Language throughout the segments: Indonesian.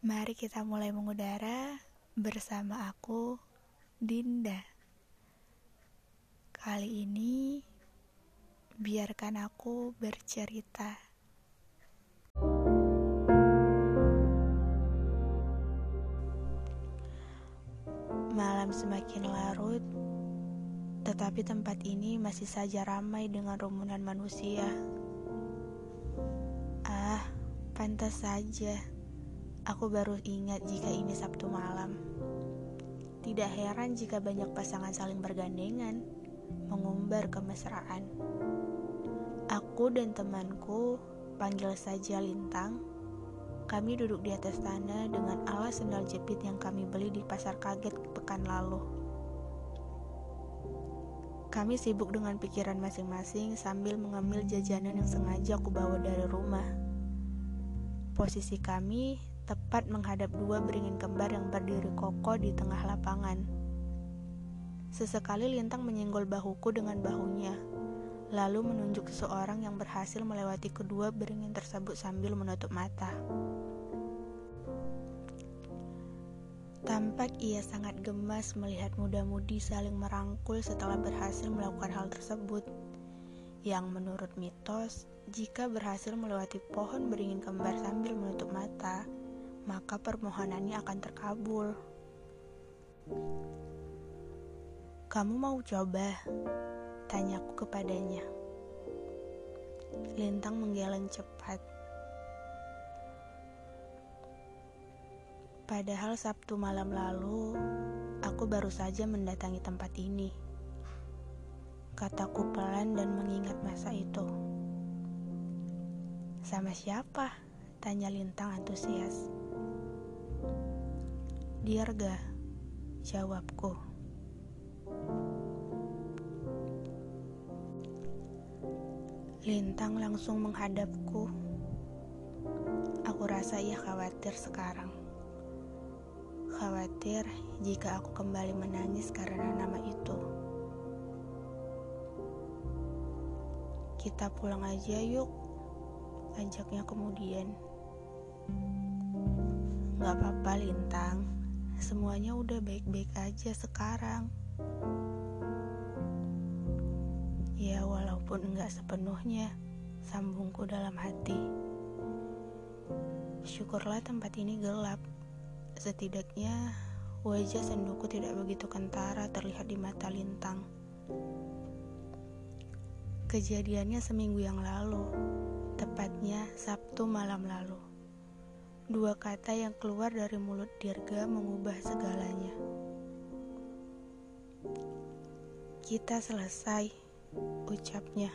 Mari kita mulai mengudara bersama aku, Dinda. Kali ini, biarkan aku bercerita. Malam semakin larut, tetapi tempat ini masih saja ramai dengan rumunan manusia. Pantas saja. Aku baru ingat jika ini Sabtu malam. Tidak heran jika banyak pasangan saling bergandengan, mengumbar kemesraan. Aku dan temanku, panggil saja Lintang, kami duduk di atas tanah dengan alas sendal jepit yang kami beli di pasar kaget pekan lalu. Kami sibuk dengan pikiran masing-masing sambil mengambil jajanan yang sengaja aku bawa dari rumah. Posisi kami tepat menghadap dua beringin kembar yang berdiri kokoh di tengah lapangan. Sesekali Lintang menyenggol bahuku dengan bahunya, lalu menunjuk seseorang yang berhasil melewati kedua beringin tersebut sambil menutup mata. Tampak ia sangat gemas melihat muda-mudi saling merangkul setelah berhasil melakukan hal tersebut, yang menurut mitos, jika berhasil melewati pohon beringin kembar sambil menutup mata, maka permohonannya akan terkabul. "Kamu mau coba?" tanyaku kepadanya. Lintang menggeleng cepat. Padahal Sabtu malam lalu, aku baru saja mendatangi tempat ini. Kataku pelan dan mengingat masa itu. "Sama siapa?" tanya Lintang antusias. "Dirga," jawabku. Lintang langsung menghadapku. Aku rasa ia khawatir sekarang. Khawatir jika aku kembali menangis karena nama itu. "Kita pulang aja yuk," ajaknya kemudian. "Gak apa-apa Lintang, semuanya udah baik-baik aja sekarang." "Ya walaupun enggak sepenuhnya," sambungku dalam hati. Syukurlah tempat ini gelap. Setidaknya wajah senduku tidak begitu kentara terlihat di mata Lintang. Kejadiannya seminggu yang lalu, tepatnya Sabtu malam lalu. Dua kata yang keluar dari mulut Dirga mengubah segalanya. "Kita selesai," ucapnya.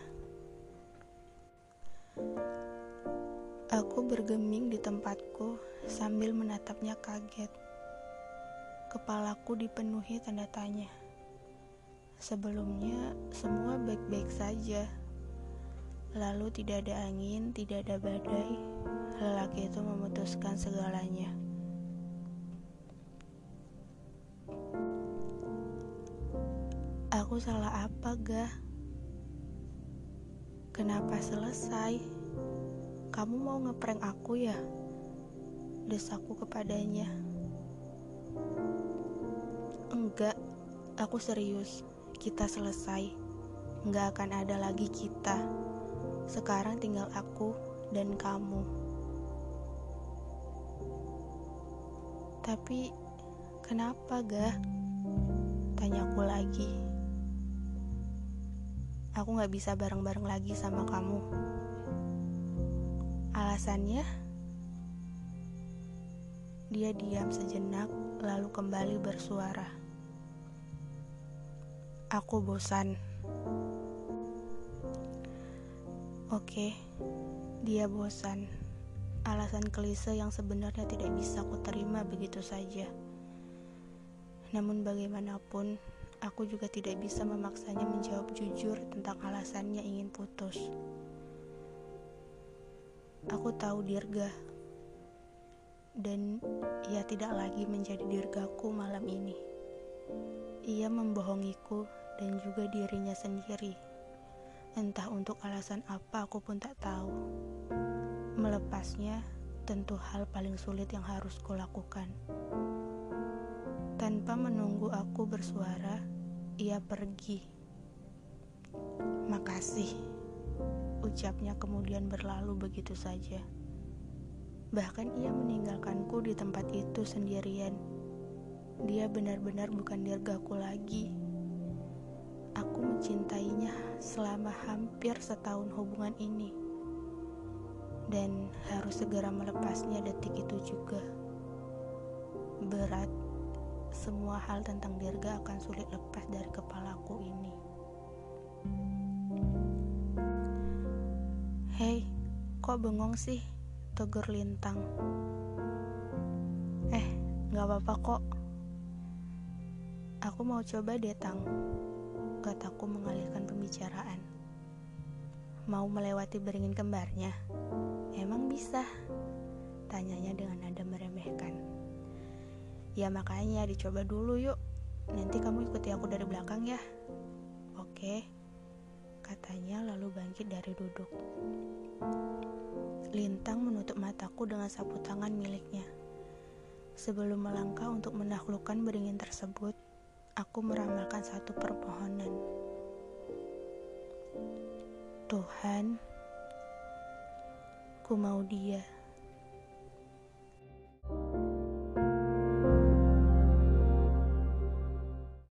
Aku bergeming di tempatku sambil menatapnya kaget. Kepalaku dipenuhi tanda tanya. Sebelumnya semua baik-baik saja. Lalu tidak ada angin, tidak ada badai. Lelaki itu memutuskan segalanya. Aku salah apa, Gah? Kenapa selesai? Kamu mau ngeprank aku ya? Desaku kepadanya. "Enggak, aku serius. Kita selesai. Enggak akan ada lagi kita. Sekarang tinggal aku dan kamu." "Tapi kenapa, Gah?" tanyaku lagi. "Aku gak bisa bareng-bareng lagi sama kamu." "Alasannya?" Dia diam sejenak, lalu kembali bersuara. "Aku bosan." Oke, dia bosan. Alasan klise yang sebenarnya tidak bisa aku terima begitu saja. Namun bagaimanapun, aku juga tidak bisa memaksanya menjawab jujur tentang alasannya ingin putus. Aku tahu Dirga, dan ia tidak lagi menjadi Dirgaku malam ini. Ia membohongiku dan juga dirinya sendiri. Entah untuk alasan apa aku pun tak tahu. Melepasnya tentu hal paling sulit yang harus kulakukan. Tanpa menunggu aku bersuara, ia pergi. "Makasih," ucapnya kemudian berlalu begitu saja. Bahkan ia meninggalkanku di tempat itu sendirian. Dia benar-benar bukan dirgaku lagi. Aku mencintainya selama hampir setahun hubungan ini. Dan harus segera melepasnya detik itu juga. Berat, semua hal tentang Dirga akan sulit lepas dari kepalaku ini. "Hei, kok bengong sih?" tegur Lintang. Gak apa-apa kok. "Aku mau coba deh, Tang," kataku mengalihkan pembicaraan. "Mau melewati beringin kembarnya? Emang bisa?" tanyanya dengan nada meremehkan. "Ya makanya dicoba dulu yuk. Nanti kamu ikuti aku dari belakang ya." "Oke," katanya lalu bangkit dari duduk. Lintang menutup mataku dengan sapu tangan miliknya. Sebelum melangkah untuk menaklukkan beringin tersebut, aku meramalkan satu permohonan. "Tuhan, ku mau dia."